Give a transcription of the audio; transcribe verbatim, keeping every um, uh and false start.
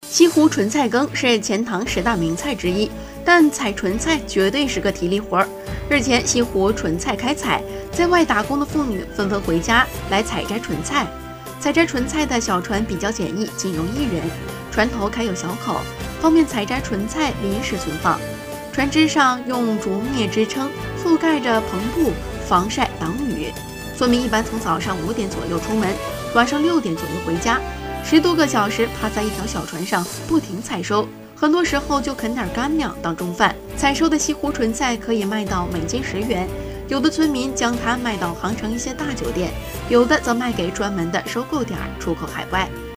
西湖纯菜羹是钱塘十大名菜之一，但采纯菜绝对是个体力活儿。日前，西湖纯菜开采，在外打工的妇女纷纷回家来采摘纯菜。采摘纯菜的小船比较简易，仅容一人，船头开有小口，方便采摘纯菜临时存放。船只上用竹篾支撑，覆盖着篷布，防晒挡雨。村民一般从早上五点左右出门，晚上六点左右回家。十多个小时趴在一条小船上不停采收，很多时候就啃点干粮当中饭。采收的西湖纯菜可以卖到每斤十元，有的村民将它卖到杭城一些大酒店，有的则卖给专门的收购点出口海外。